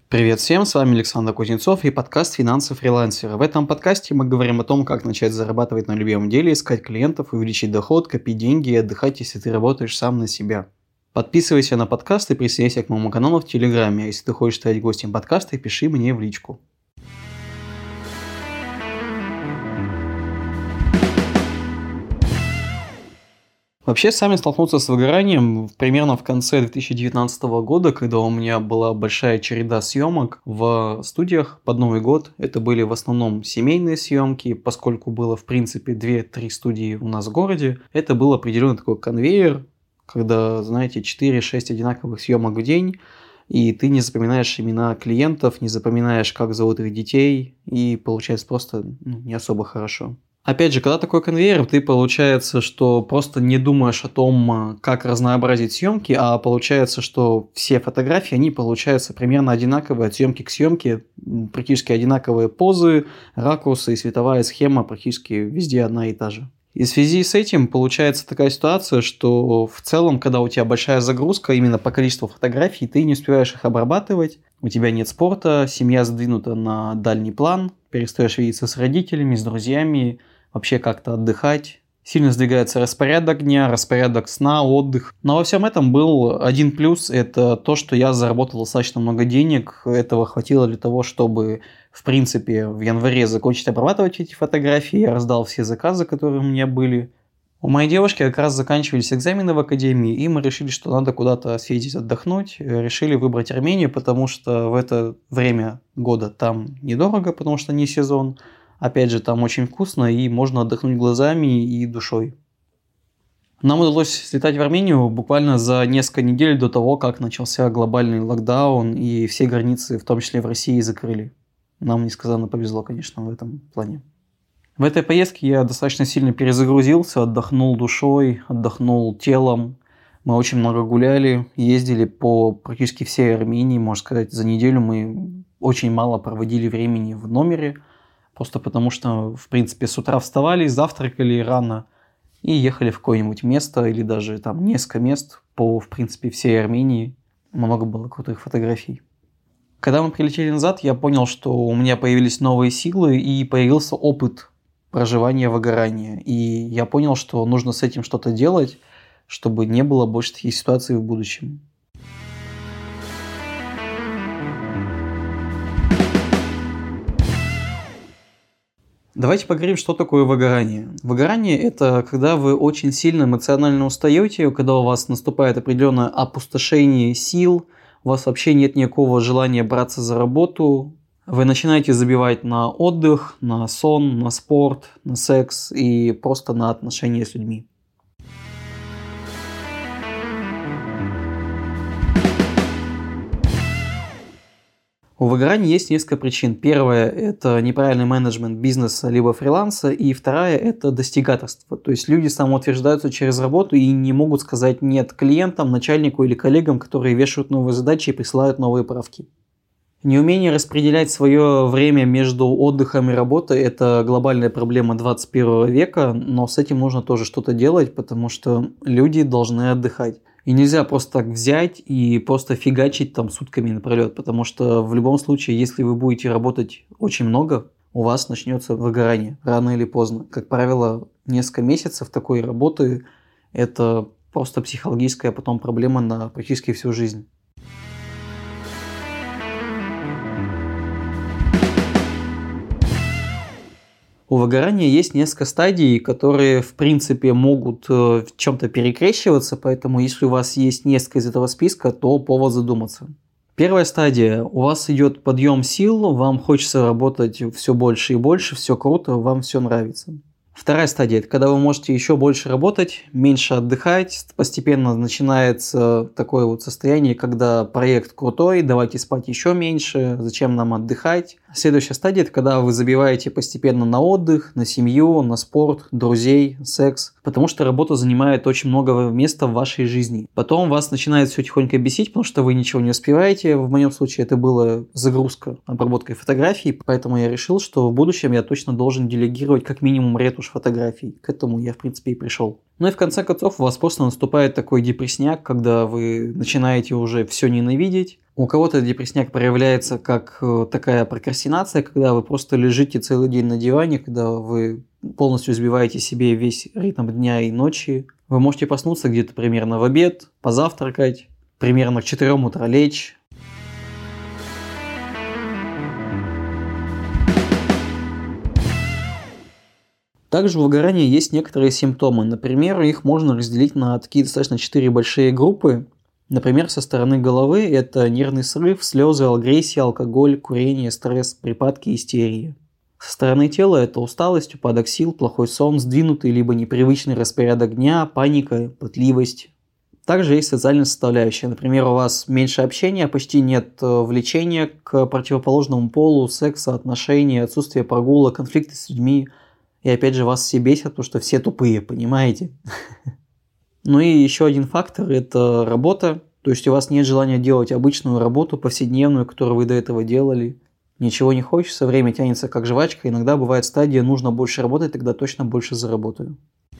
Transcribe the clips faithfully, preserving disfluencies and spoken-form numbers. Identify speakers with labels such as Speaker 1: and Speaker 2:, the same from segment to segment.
Speaker 1: Привет всем, с вами Александр Кузнецов и подкаст «Финансы фрилансера». В этом подкасте мы говорим о том, как начать зарабатывать на любимом деле, искать клиентов, увеличить доход, копить деньги и отдыхать, если ты работаешь сам на себя. Подписывайся на подкаст и присоединяйся к моему каналу в Телеграме. А если ты хочешь стать гостем подкаста, пиши мне в личку. Вообще, сами столкнуться с выгоранием примерно в конце две тысячи девятнадцатого года, когда у меня была большая череда съемок в студиях под Новый год. Это были в основном семейные съемки, поскольку было в принципе две-три студии у нас в городе. Это был определенный такой конвейер, когда, знаете, четыре-шесть одинаковых съемок в день, и ты не запоминаешь имена клиентов, не запоминаешь, как зовут их детей, и получается просто ну, не особо хорошо. Опять же, когда такой конвейер, ты получается, что просто не думаешь о том, как разнообразить съемки, а получается, что все фотографии, они получаются примерно одинаковые от съемки к съемке, практически одинаковые позы, ракурсы и световая схема практически везде одна и та же. И в связи с этим получается такая ситуация, что в целом, когда у тебя большая загрузка именно по количеству фотографий, ты не успеваешь их обрабатывать, у тебя нет спорта, семья сдвинута на дальний план, перестаешь видеться с родителями, с друзьями, вообще как-то отдыхать. Сильно сдвигается распорядок дня, распорядок сна, отдых. Но во всем этом был один плюс, это то, что я заработал достаточно много денег. Этого хватило для того, чтобы, в принципе, в январе закончить обрабатывать эти фотографии. Я раздал все заказы, которые у меня были. У моей девушки как раз заканчивались экзамены в академии, и мы решили, что надо куда-то съездить отдохнуть. Решили выбрать Армению, потому что в это время года там недорого, потому что не сезон. Опять же, там очень вкусно, и можно отдохнуть глазами и душой. Нам удалось слетать в Армению буквально за несколько недель до того, как начался глобальный локдаун, и все границы, в том числе в России, закрыли. Нам несказанно повезло, конечно, в этом плане. В этой поездке я достаточно сильно перезагрузился, отдохнул душой, отдохнул телом. Мы очень много гуляли, ездили по практически всей Армении, можно сказать, за неделю мы очень мало проводили времени в номере, просто потому что, в принципе, с утра вставали, завтракали рано и ехали в какое-нибудь место или даже там несколько мест по, в принципе, всей Армении. Много было крутых фотографий. Когда мы прилетели назад, я понял, что у меня появились новые силы и появился опыт проживания выгорания. И я понял, что нужно с этим что-то делать, чтобы не было больше таких ситуаций в будущем. Давайте поговорим, что такое выгорание. Выгорание – это когда вы очень сильно эмоционально устаете, когда у вас наступает определенное опустошение сил, у вас вообще нет никакого желания браться за работу, вы начинаете забивать на отдых, на сон, на спорт, на секс и просто на отношения с людьми. У выгорания есть несколько причин. Первая – это неправильный менеджмент бизнеса либо фриланса, и вторая – это достигаторство. То есть люди самоутверждаются через работу и не могут сказать «нет» клиентам, начальнику или коллегам, которые вешают новые задачи и присылают новые правки. Неумение распределять свое время между отдыхом и работой – это глобальная проблема двадцать первого века, но с этим нужно тоже что-то делать, потому что люди должны отдыхать. И нельзя просто так взять и просто фигачить там сутками напролет, потому что в любом случае, если вы будете работать очень много, у вас начнется выгорание рано или поздно. Как правило, несколько месяцев такой работы – это просто психологическая потом проблема на практически всю жизнь. У выгорания есть несколько стадий, которые, в принципе, могут в чем-то перекрещиваться, поэтому если у вас есть несколько из этого списка, то повод задуматься. Первая стадия. У вас идет подъем сил, вам хочется работать все больше и больше, все круто, вам все нравится. Вторая стадия – это когда вы можете еще больше работать, меньше отдыхать. Постепенно начинается такое вот состояние, когда проект крутой, давайте спать еще меньше, зачем нам отдыхать. Следующая стадия – это когда вы забиваете постепенно на отдых, на семью, на спорт, друзей, секс, потому что работа занимает очень много места в вашей жизни. Потом вас начинает все тихонько бесить, потому что вы ничего не успеваете. В моем случае это была загрузка обработкой фотографий, поэтому я решил, что в будущем я точно должен делегировать как минимум ретушь фотографий. К этому я, в принципе, и пришел. Ну и в конце концов у вас просто наступает такой депрессняк, когда вы начинаете уже все ненавидеть, У кого-то депрессняк проявляется как э, такая прокрастинация, когда вы просто лежите целый день на диване, когда вы полностью сбиваете себе весь ритм дня и ночи. Вы можете проснуться где-то примерно в обед, позавтракать, примерно к четырем утра лечь. Также у выгорания есть некоторые симптомы. Например, их можно разделить на такие достаточно четыре большие группы. Например, со стороны головы это нервный срыв, слезы, агрессия, алкоголь, курение, стресс, припадки, истерии. Со стороны тела это усталость, упадок сил, плохой сон, сдвинутый либо непривычный распорядок дня, паника, пытливость. Также есть социальная составляющая. Например, у вас меньше общения, почти нет влечения к противоположному полу, секса, отношений, отсутствие прогулок, конфликты с людьми. И опять же вас все бесит, потому что все тупые, понимаете? Ну и еще один фактор – это работа. То есть у вас нет желания делать обычную работу, повседневную, которую вы до этого делали. Ничего не хочется, время тянется как жвачка. Иногда бывает стадия «нужно больше работать, тогда точно больше заработаю».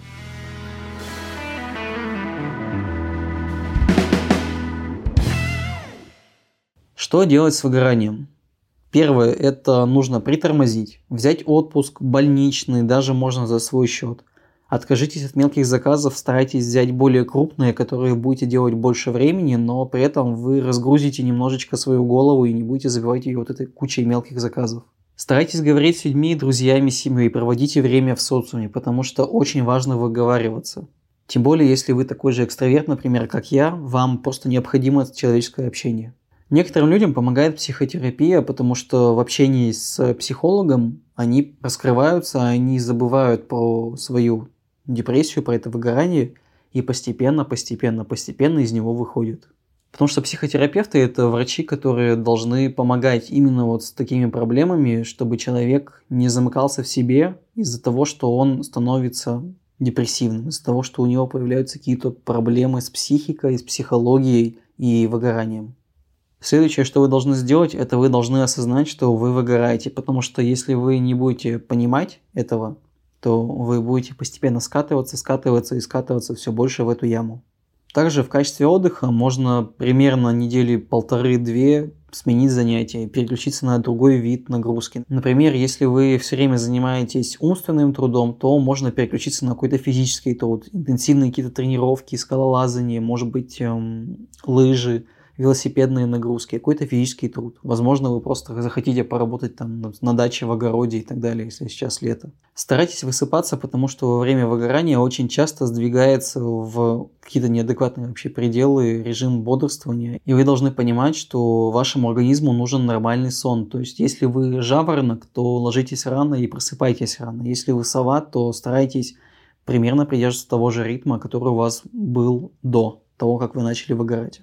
Speaker 1: Что делать с выгоранием? Первое – это нужно притормозить, взять отпуск, больничный, даже можно за свой счет. Откажитесь от мелких заказов, старайтесь взять более крупные, которые будете делать больше времени, но при этом вы разгрузите немножечко свою голову и не будете забивать ее вот этой кучей мелких заказов. Старайтесь говорить с людьми, друзьями, семьей, проводите время в социуме, потому что очень важно выговариваться. Тем более, если вы такой же экстраверт, например, как я, вам просто необходимо человеческое общение. Некоторым людям помогает психотерапия, потому что в общении с психологом они раскрываются, они забывают про свою депрессию, про это выгорание и постепенно, постепенно, постепенно из него выходят. Потому что психотерапевты – это врачи, которые должны помогать именно вот с такими проблемами, чтобы человек не замыкался в себе из-за того, что он становится депрессивным, из-за того, что у него появляются какие-то проблемы с психикой, с психологией и выгоранием. Следующее, что вы должны сделать, это вы должны осознать, что вы выгораете, потому что если вы не будете понимать этого, то вы будете постепенно скатываться, скатываться и скатываться все больше в эту яму. Также в качестве отдыха можно примерно недели полторы-две сменить занятия, переключиться на другой вид нагрузки. Например, если вы все время занимаетесь умственным трудом, то можно переключиться на какой-то физический труд, интенсивные какие-то тренировки, скалолазание, может быть, эм, лыжи, велосипедные нагрузки, какой-то физический труд. Возможно, вы просто захотите поработать там на даче, в огороде и так далее, если сейчас лето. Старайтесь высыпаться, потому что во время выгорания очень часто сдвигается в какие-то неадекватные вообще пределы режим бодрствования. И вы должны понимать, что вашему организму нужен нормальный сон. То есть, если вы жаворонок, то ложитесь рано и просыпайтесь рано. Если вы сова, то старайтесь примерно придерживаться того же ритма, который у вас был до того, как вы начали выгорать.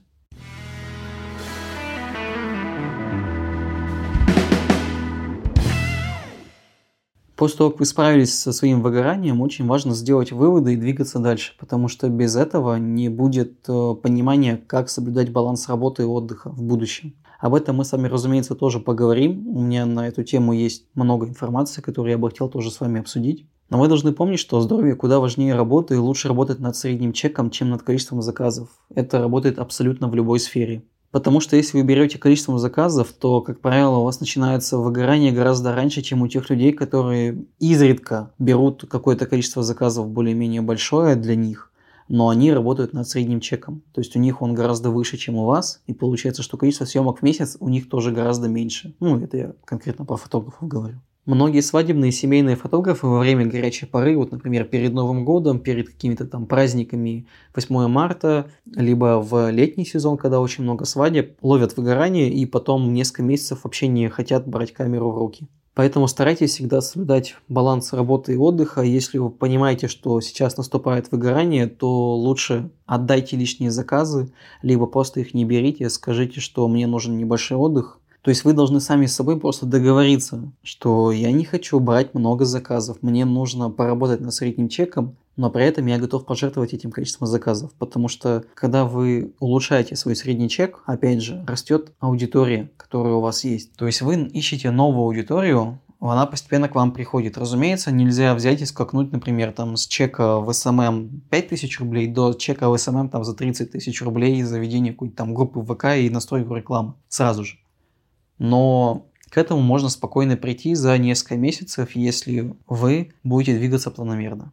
Speaker 1: После того, как вы справились со своим выгоранием, очень важно сделать выводы и двигаться дальше, потому что без этого не будет понимания, как соблюдать баланс работы и отдыха в будущем. Об этом мы с вами, разумеется, тоже поговорим. У меня на эту тему есть много информации, которую я бы хотел тоже с вами обсудить. Но вы должны помнить, что здоровье куда важнее работы и лучше работать над средним чеком, чем над количеством заказов. Это работает абсолютно в любой сфере. Потому что если вы берете количеством заказов, то, как правило, у вас начинается выгорание гораздо раньше, чем у тех людей, которые изредка берут какое-то количество заказов более-менее большое для них, но они работают над средним чеком. То есть у них он гораздо выше, чем у вас, и получается, что количество съемок в месяц у них тоже гораздо меньше. Ну, это я конкретно про фотографов говорю. Многие свадебные и семейные фотографы во время горячей поры, вот, например, перед Новым годом, перед какими-то там праздниками восьмого марта, либо в летний сезон, когда очень много свадеб, ловят выгорание и потом несколько месяцев вообще не хотят брать камеру в руки. Поэтому старайтесь всегда соблюдать баланс работы и отдыха. Если вы понимаете, что сейчас наступает выгорание, то лучше отдайте лишние заказы, либо просто их не берите, скажите, что мне нужен небольшой отдых. То есть вы должны сами с собой просто договориться, что я не хочу брать много заказов, мне нужно поработать над средним чеком, но при этом я готов пожертвовать этим количеством заказов, потому что когда вы улучшаете свой средний чек, опять же, растет аудитория, которая у вас есть. То есть вы ищете новую аудиторию, она постепенно к вам приходит. Разумеется, нельзя взять и скакнуть, например, там, с чека в эс эм эм пять тысяч рублей до чека в эс эм эм там, за тридцать тысяч рублей за ведение какой-то там группы в вэ ка и настройку рекламы сразу же. Но к этому можно спокойно прийти за несколько месяцев, если вы будете двигаться планомерно.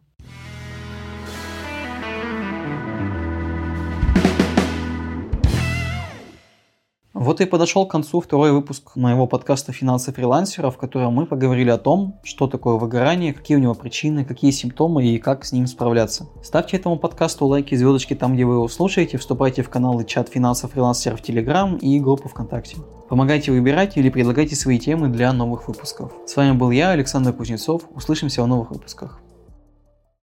Speaker 1: Вот и подошел к концу второй выпуск моего подкаста «Финансы фрилансера», в котором мы поговорили о том, что такое выгорание, какие у него причины, какие симптомы и как с ним справляться. Ставьте этому подкасту лайки, звездочки там, где вы его слушаете, вступайте в канал и чат «Финансов фрилансера» в Телеграм и группу ВКонтакте. Помогайте выбирать или предлагайте свои темы для новых выпусков. С вами был я, Александр Кузнецов. Услышимся в новых выпусках.